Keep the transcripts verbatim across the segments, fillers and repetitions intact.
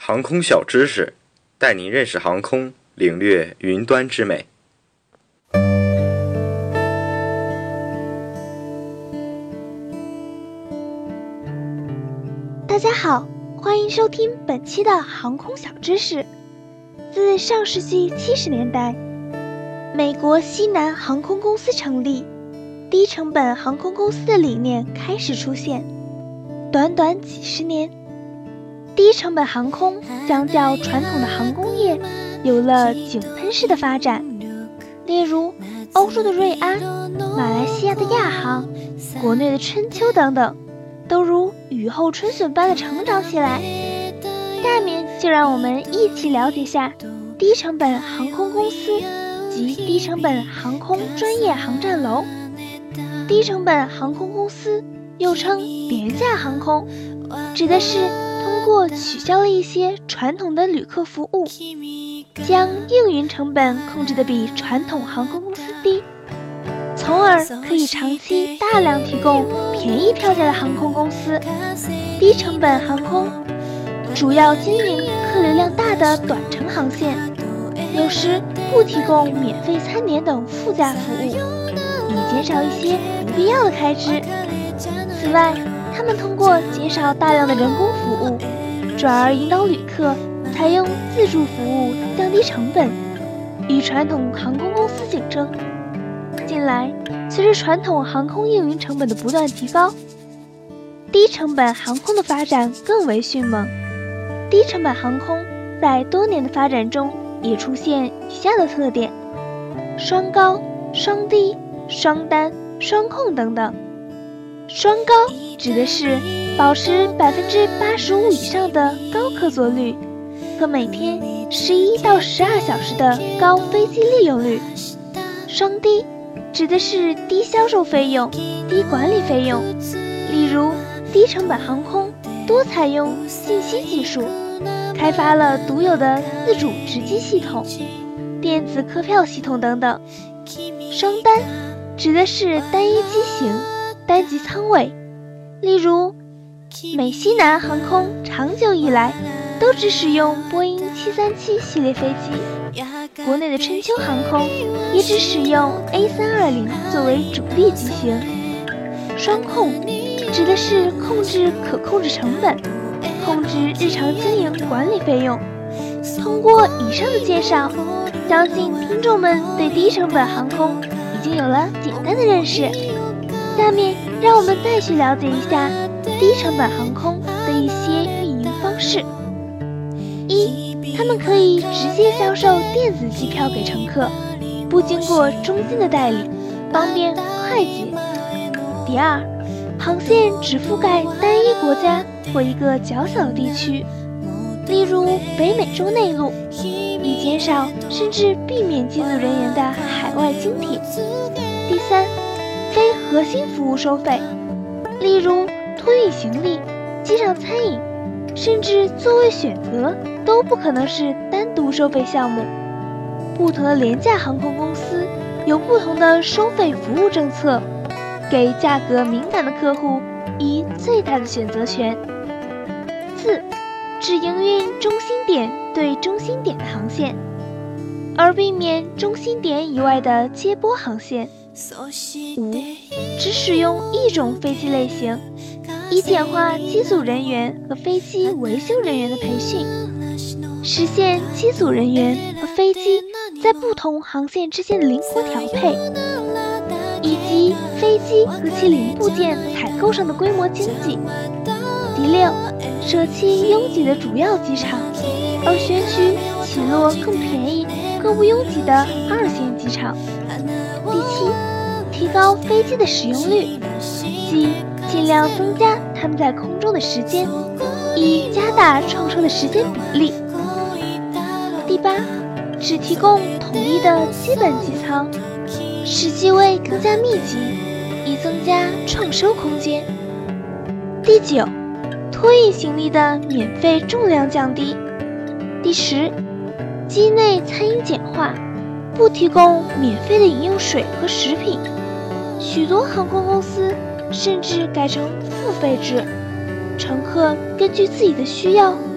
航空小知识，带您认识航空，领略云端之美。 大家好，欢迎收听本期的航空小知识。自上世纪七十年代，美国西南航空公司成立，低成本航空公司的理念开始出现。短短几十年，低成本航空相较传统的航空业有了井喷式的发展。例如欧洲的瑞安、马来西亚的亚航、国内的春秋等等，都如雨后春笋般的成长起来。下面就让我们一起了解下低成本航空公司及低成本航空专业航站楼。低成本航空公司又称廉价航空，指的是通过取消了一些传统的旅客服务，将营运成本控制得比传统航空公司低，从而可以长期大量提供便宜票价的航空公司。低成本航空主要经营客流量大的短程航线，有时不提供免费餐点等附加服务，以减少一些不必要的开支。此外，他们通过减少大量的人工服务，转而引导旅客采用自助服务，降低成本，与传统航空公司竞争。近来，随着传统航空营运成本的不断提高，低成本航空的发展更为迅猛。低成本航空在多年的发展中也出现以下的特点：双高、双低、双单、双控等等。双高指的是保持百分之八十五以上的高客座率和每天十一到十二小时的高飞机利用率。双低指的是低销售费用、低管理费用，例如低成本航空多采用信息技术，开发了独有的自主值机系统、电子客票系统等等。双单指的是单一机型、单级舱位，例如美西南航空长久以来都只使用波音七三七系列飞机，国内的春秋航空也只使用 A 三二零作为主力机型。双控指的是控制可控制成本，控制日常经营管理费用。通过以上的介绍，相信听众们对低成本航空已经有了简单的认识。下面让我们再去了解一下低成本航空的一些运营方式。一，他们可以直接销售电子机票给乘客，不经过中间的代理，方便快捷。第二，航线只覆盖单一国家或一个较小的地区，例如北美洲内陆，以减少甚至避免机组人员的海外经停。第三，非核心服务收费，例如托运行李、机上餐饮，甚至座位选择都不可能是单独收费项目。不同的廉价航空公司有不同的收费服务政策，给价格敏感的客户以最大的选择权。四，只营运中心点对中心点的航线，而避免中心点以外的接驳航线。五，只使用一种飞机类型，以简化机组人员和飞机维修人员的培训，实现机组人员和飞机在不同航线之间的灵活调配，以及飞机和其零部件采购上的规模经济。第六，舍弃拥挤的主要机场，而选取起落更便宜、更不拥挤的二线机场。第七，提高飞机的使用率，即尽量增加它们在空中的时间，以加大创收的时间比例。第八，只提供统一的基本机舱，使机位更加密集，以增加创收空间。第九，托运行李的免费重量降低。第十，机内餐饮简化，不提供免费的饮用水和食品，许多航空公司甚至改成付费制，乘客根据自己的需要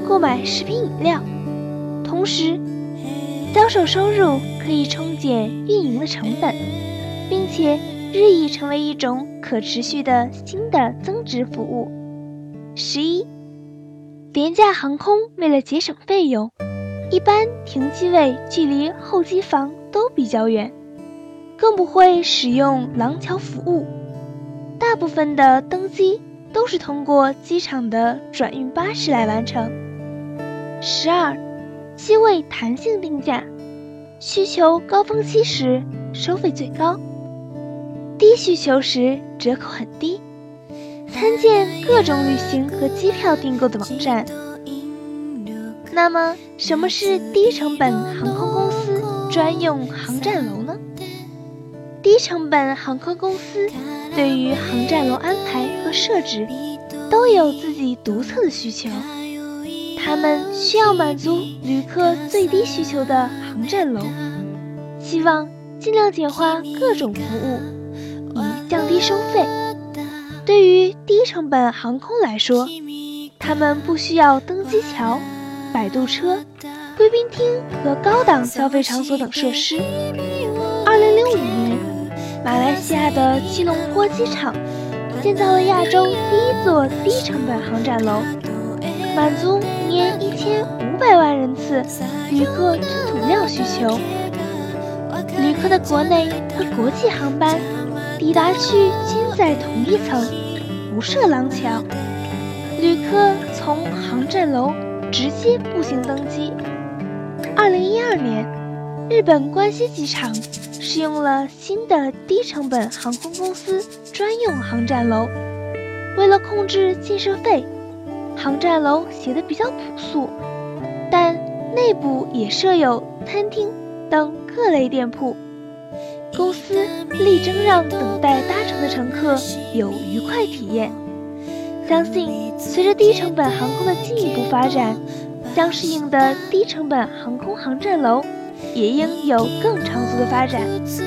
购买食品饮料，同时销售收入可以冲减运营的成本，并且日益成为一种可持续的新的增值服务。十一，廉价航空为了节省费用，一般停机位距离候机房都比较远，更不会使用廊桥服务，大部分的登机都是通过机场的转运巴士来完成。十二，机位弹性定价，需求高峰期时收费最高，低需求时折扣很低。参见各种旅行和机票订购的网站。那么，什么是低成本航空公司专用航站楼呢？低成本航空公司对于航站楼安排和设置都有自己独特的需求，他们需要满足旅客最低需求的航站楼，希望尽量简化各种服务，以降低收费。对于低成本航空来说，他们不需要登机桥、摆渡车、贵宾厅和高档消费场所等设施。二零零五年，马来西亚的吉隆坡机场建造了亚洲第一座低成本航站楼，满足年一千五百万人次旅客吞吐量需求。旅客的国内和国际航班抵达区均在同一层，不设廊桥，旅客从航站楼直接步行登机。二零一二年，日本关西机场使用了新的低成本航空公司专用航站楼，为了控制建设费，航站楼写得比较朴素，但内部也设有餐厅等各类店铺。公司力争让等待搭乘的乘客有愉快体验，相信随着低成本航空的进一步发展，相适应的低成本航空航站楼也应有更长足的发展。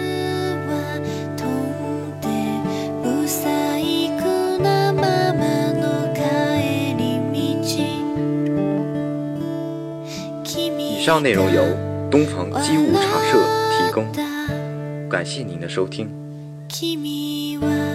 以上内容由东方机务茶社提供，感谢您的收听。